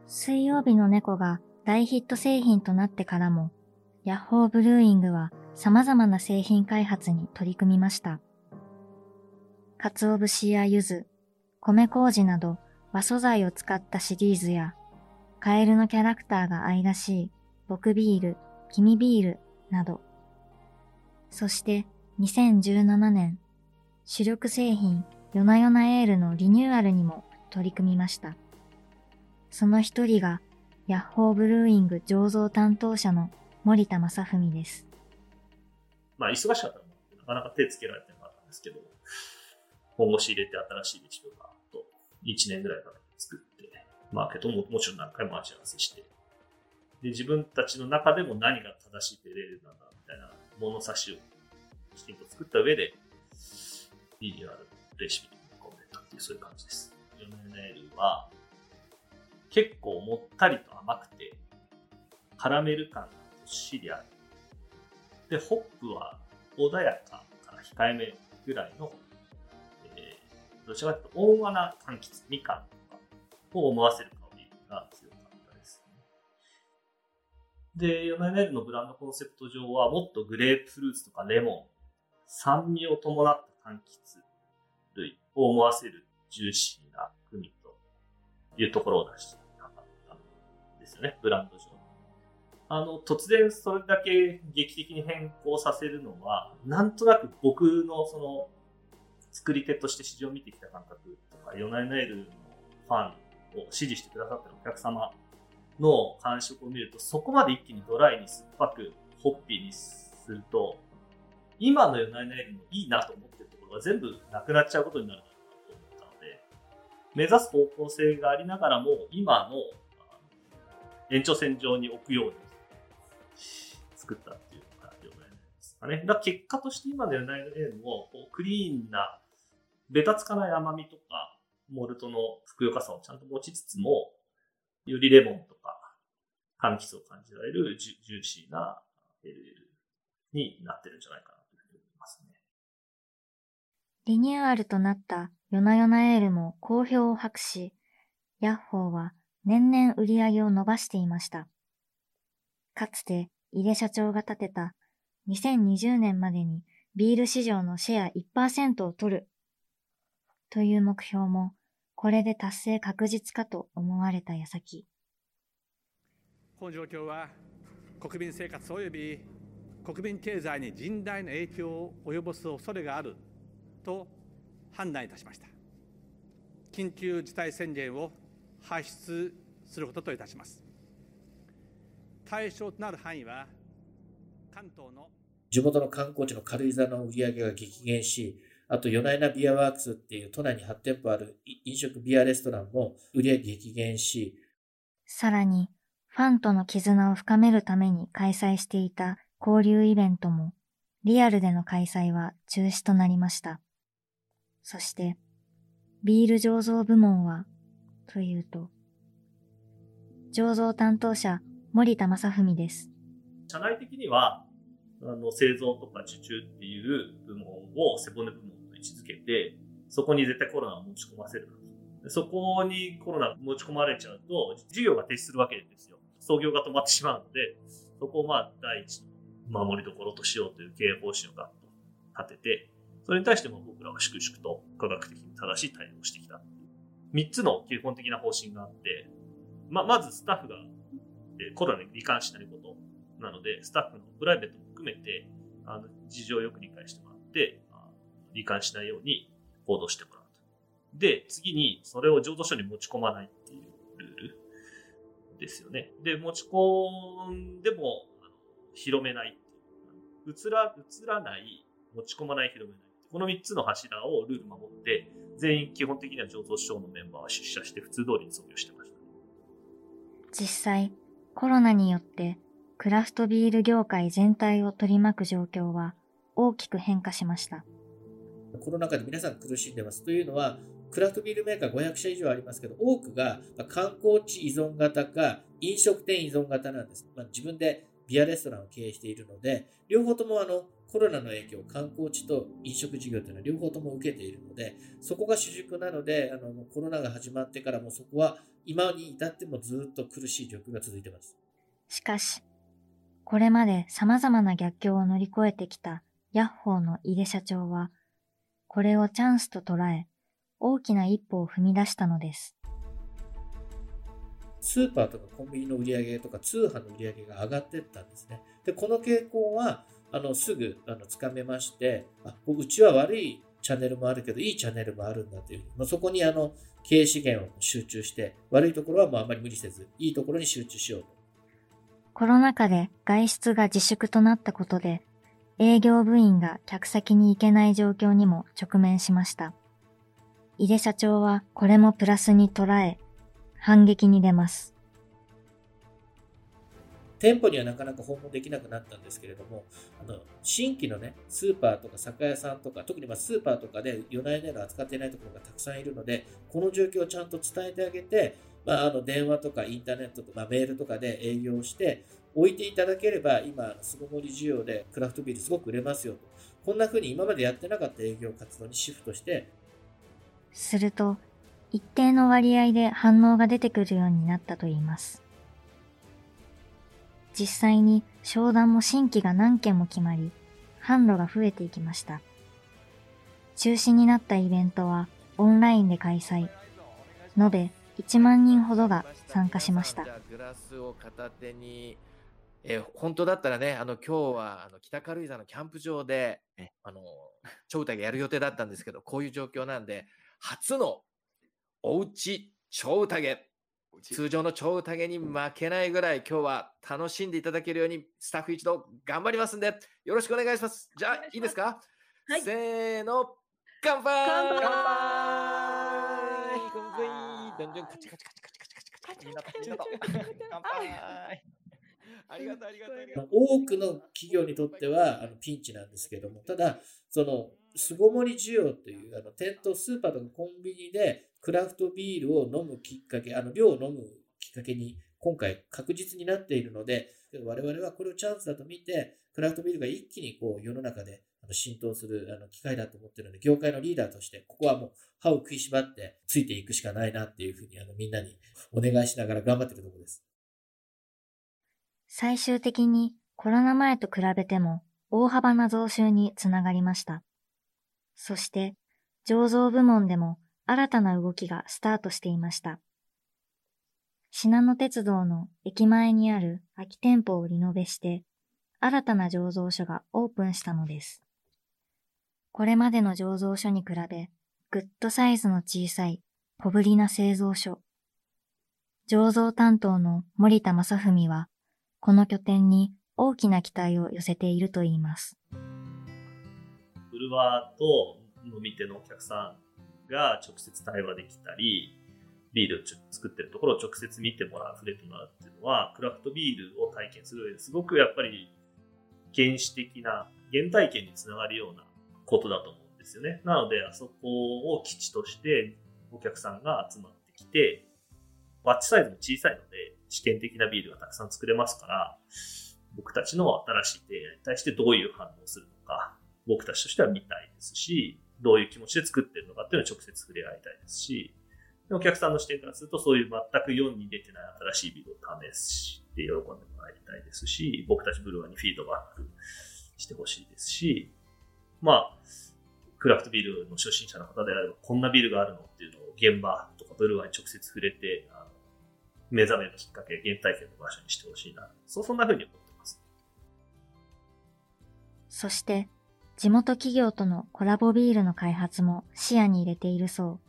水曜日の猫が大ヒット製品となってからも、ヤッホーブルーイングは様々な製品開発に取り組みました。鰹節や柚子、米麹など和素材を使ったシリーズや、カエルのキャラクターが愛らしい僕ビール、君ビールなど。そして2017年、主力製品ヨナヨナエールのリニューアルにも取り組みました。その一人がヤッホーブルーイング醸造担当者の森田正文です。 忙しかったのでなかなか手つけられてなかったんですけど、本腰入れて新しいレシピをと1年ぐらいかけて作って、マーケットももちろん何回も待ち合わせして、で自分たちの中でも何が正しいペレールなんだみたいな物差しをきちんと作った上で、リニューアルレシピに込めたっていうそういう感じです。ヨナヨナエールは結構もったりと甘くて、カラメル感がどっしりある。で、ホップは穏やかから控えめぐらいの、どちらかというと温和な柑橘、みかんとかを思わせる香りが強かったですね。で、ヨナヨナエールのブランドコンセプト上はもっとグレープフルーツとかレモン、酸味を伴った柑橘類を思わせるジューシーなグミというところを出してなかったんですよね、ブランド上。突然それだけ劇的に変更させるのは、なんとなく僕のその作り手として市場を見てきた感覚とか、ヨナヨナエールのファンを支持してくださってるお客様の感触を見ると、そこまで一気にドライに酸っぱくホッピーにすると、今のヨナヨナエールのいいなと思ってるところが全部なくなっちゃうことになるなと思ったので、目指す方向性がありながらも、今の延長線上に置くように作ったっていうのがヨナヨナエールですかね。だから結果として今のヨナヨナエールもクリーンな、ベタつかない甘みとか、モルトのふくよかさをちゃんと持ちつつも、よりレモンとか柑橘を感じられるジューシーなエールになってるんじゃないかなというふうに思いますね。 リニューアルとなったヨナヨナエールも好評を博し、ヤッホーは年々売り上げを伸ばしていました。かつて井出社長が立てた2020年までにビール市場のシェア 1% を取るという目標もこれで達成確実かと思われた矢先、 この状況は国民生活及び国民経済に甚大な影響を及ぼす恐れがあると判断いたしました。緊急事態宣言を発出することといたします。対象となる範囲は関東の地元の観光地の軽井沢の売り上げが激減し、あとヨナヨナビアワークスっていう都内に8店舗ある飲食ビアレストランも売り上げ激減し、 さらにファンとの絆を深めるために開催していた交流イベントもリアルでの開催は中止となりました。そしてビール醸造部門はというと、醸造担当者森田正文です。 社内的には製造とか受注っていう部門を背骨部門と位置づけて、そこに絶対コロナを持ち込ませる。そこにコロナ持ち込まれちゃうと事業が停止するわけですよ。操業が止まってしまうので、そこを第一の守りどころとしようという経営方針をガッと立てて、それに対しても僕らは粛々と科学的に正しい対応をしてきた。3つの基本的な方針があって、まずスタッフがコロナに罹患しないことなので、スタッフのプライベートも含めて事情をよく理解してもらって、罹患しないように行動してもらうと。で、次にそれを醸造所に持ち込まないっていうルールですよね。で、持ち込んでも広めない。移らない、持ち込まない、広めない。この3つの柱をルール守って、全員基本的には醸造所のメンバーは出社して普通通りに操業してました。 実際、コロナによってクラフトビール業界全体を取り巻く状況は大きく変化しました。 コロナ禍で皆さん苦しんでます。というのは、クラフトビールメーカー500社以上ありますけど、多くが観光地依存型か飲食店依存型なんです。自分でビアレストランを経営しているので、両方ともコロナの影響を観光地と飲食事業というのは両方とも受けているので、そこが主軸なので、コロナが始まってからもそこは今に至ってもずっと苦しい状況が続いています。 しかし、これまで様々な逆境を乗り越えてきたヤッホーの井出社長は、これをチャンスと捉え、大きな一歩を踏み出したのです。 スーパーとかコンビニの売り上げとか通販の売り上げが上がっていったんですね。で、この傾向はすぐつかめまして、うちは悪いチャンネルもあるけどいいチャンネルもあるんだという、そこに経営資源を集中して、悪いところはもうあまり無理せず、いいところに集中しようと。 コロナ禍で外出が自粛となったことで、営業部員が客先に行けない状況にも直面しました。井出社長はこれもプラスに捉え、反撃に出ます。 店舗にはなかなか訪問できなくなったんですけれども、新規のね、スーパーとか酒屋さんとか、特にスーパーとかで夜な夜な扱っていないところがたくさんいるので、この状況をちゃんと伝えてあげて、電話とかインターネットとか、メールとかで営業して置いていただければ、今、巣ごもり需要でクラフトビールすごく売れますよと。こんな風に今までやってなかった営業活動にシフトして、 すると、一定の割合で反応が出てくるようになったといいます。実際に商談も新規が何件も決まり、販路が増えていきました。中止になったイベントはオンラインで開催。延べ1万人ほどが参加しました。 グラスを片手に、本当だったらね、今日は北軽井沢のキャンプ場で、超宴やる予定だったんですけど、こういう状況なんで、初のおうち超宴。通常の超宴に負けないぐらい今日は楽しんでいただけるようにスタッフ一同頑張りますんでよろしくお願いします。じゃあいいですか？はい、せーの、乾杯！乾杯！どんどんカチカチカチカチカチカチカチみんなと乾杯！ありがとうありがとう。 多くの企業にとってはピンチなんですけども、ただその巣ごもり需要という店頭スーパーとかコンビニでクラフトビールを飲むきっかけ、量を飲むきっかけに今回確実になっているので、我々はこれをチャンスだと見て、クラフトビールが一気に世の中で浸透する機会だと思っているので、業界のリーダーとしてここはもう歯を食いしばってついていくしかないなっていうふうにみんなにお願いしながら頑張っているところです。 最終的にコロナ前と比べても大幅な増収につながりました。そして醸造部門でも新たな動きがスタートしていました。しなの鉄道の駅前にある空き店舗をリノベして新たな醸造所がオープンしたのです。これまでの醸造所に比べぐっとサイズの小さい小ぶりな製造所。醸造担当の森田正文はこの拠点に大きな期待を寄せているといいます。 ブルワーと飲み手のお客さんが直接対話できたり、ビールを作ってるところを直接見てもらう、触れてもらうっていうのは、クラフトビールを体験する上ですごくやっぱり原始的な、原体験につながるようなことだと思うんですよね。なので、あそこを基地としてお客さんが集まってきて、バッチサイズも小さいので、試験的なビールがたくさん作れますから、僕たちの新しい提案に対してどういう反応をするのか、僕たちとしては見たいですし、どういう気持ちで作ってるのかっていうのを直接触れ合いたいですし、お客さんの視点からするとそういう全く世に出てない新しいビールを試して喜んでもらいたいですし、僕たちブルワーにフィードバックしてほしいですし、クラフトビールの初心者の方であればこんなビールがあるのっていうのを現場とかブルワーに直接触れて、目覚めるきっかけ、原体験の場所にしてほしいな。そんな風に思ってます。 そして、地元企業とのコラボビールの開発も視野に入れているそう。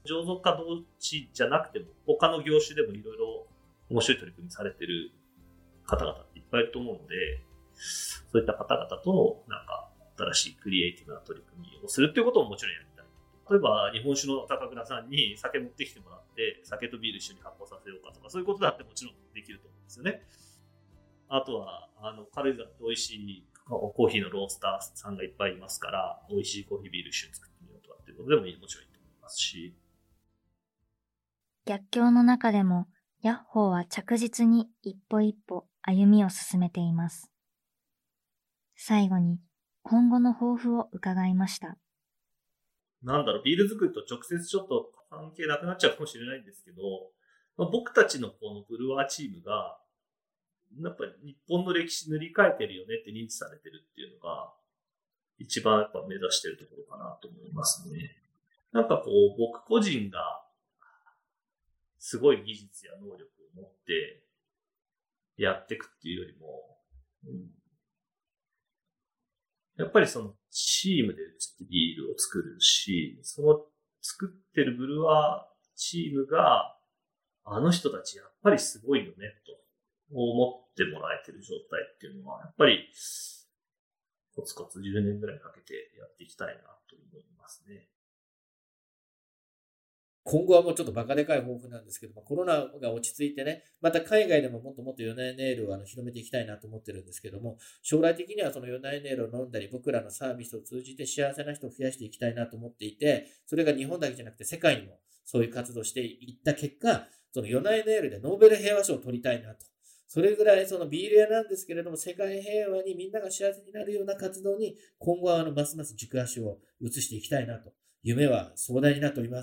醸造家同士じゃなくても、他の業種でもいろいろ面白い取り組みされてる方々っていっぱいいると思うので、そういった方々と新しいクリエイティブな取り組みをするっていうことももちろんやりたい。例えば日本酒の高倉さんに酒持ってきてもらって酒とビール一緒に発酵させようかとかそういうことだってもちろんできると思うんですよね。あとは軽井沢って美味しいコーヒーのロースターさんがいっぱいいますから美味しいコーヒービール一緒に作ってみようとかっていうことでももちろんいいと思いますし。 逆境の中でもヤッホーは着実に一歩一歩歩みを進めています。最後に今後の抱負を伺いました。 ビール作りと直接ちょっと関係なくなっちゃうかもしれないんですけど、僕たちのこのブルワーチームが、やっぱり日本の歴史塗り替えてるよねって認知されてるっていうのが、一番やっぱ目指してるところかなと思いますね。僕個人が、すごい技術や能力を持ってやっていくっていうよりも、やっぱりそのチームでビールを作るし、その作ってるブルワーチームが、あの人たちやっぱりすごいよねと思ってもらえてる状態っていうのは、やっぱりコツコツ10年ぐらいかけてやっていきたいなと思いますね。 今後はもうちょっとバカでかい抱負なんですけども、コロナが落ち着いてね、また海外でももっともっとヨナイネイルを広めていきたいなと思ってるんですけども、将来的にはそのヨナイネイルを飲んだり、僕らのサービスを通じて幸せな人を増やしていきたいなと思っていて、それが日本だけじゃなくて世界にもそういう活動をしていった結果、そのヨナイネイルでノーベル平和賞を取りたいなと。それぐらいそのビール屋なんですけれども、世界平和にみんなが幸せになるような活動に今後はますます軸足を移していきたいなと。夢は壮大になっております。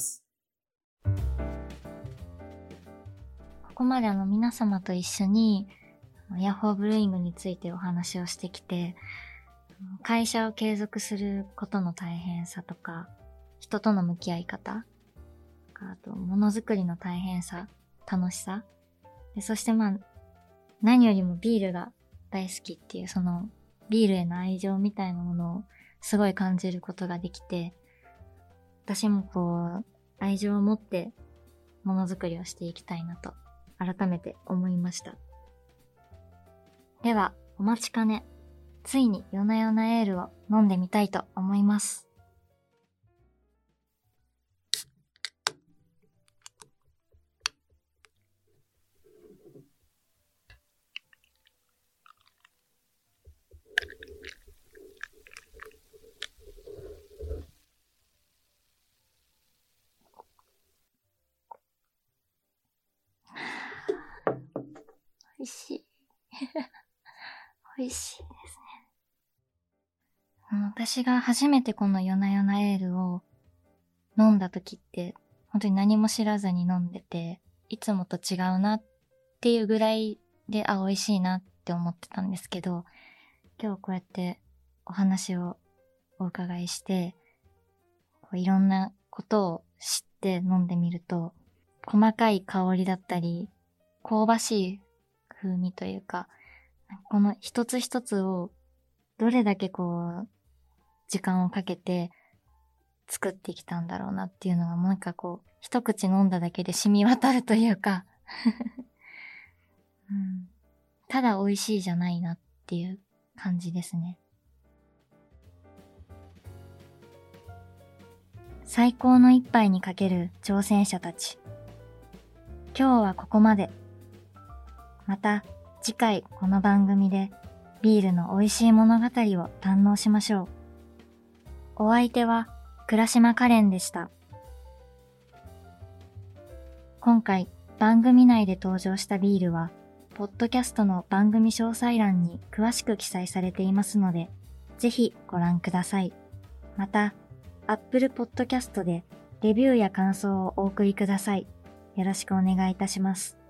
ここまで皆様と一緒にヤッホーブルーイングについてお話をしてきて、会社を継続することの大変さとか、人との向き合い方、あとものづくりの大変さ、楽しさ、そして何よりもビールが大好きっていうそのビールへの愛情みたいなものをすごい感じることができて、私も愛情を持ってものづくりをしていきたいなと改めて思いました。ではお待ちかね、ついに夜な夜なエールを飲んでみたいと思います。美味しい。美味しいですね。私が初めてこの夜な夜なエールを飲んだ時って、本当に何も知らずに飲んでて、いつもと違うなっていうぐらいで、美味しいなって思ってたんですけど、今日こうやってお話をお伺いして、いろんなことを知って飲んでみると、細かい香りだったり、香ばしい風味というか、この一つ一つをどれだけ時間をかけて作ってきたんだろうなっていうのが一口飲んだだけで染み渡るというか、ただ美味しいじゃないなっていう感じですね。最高の一杯にかける挑戦者たち。今日はここまで。また次回この番組でビールの美味しい物語を堪能しましょう。お相手は倉島カレンでした。今回番組内で登場したビールは、ポッドキャストの番組詳細欄に詳しく記載されていますので、ぜひご覧ください。また、Apple Podcast でレビューや感想をお送りください。よろしくお願いいたします。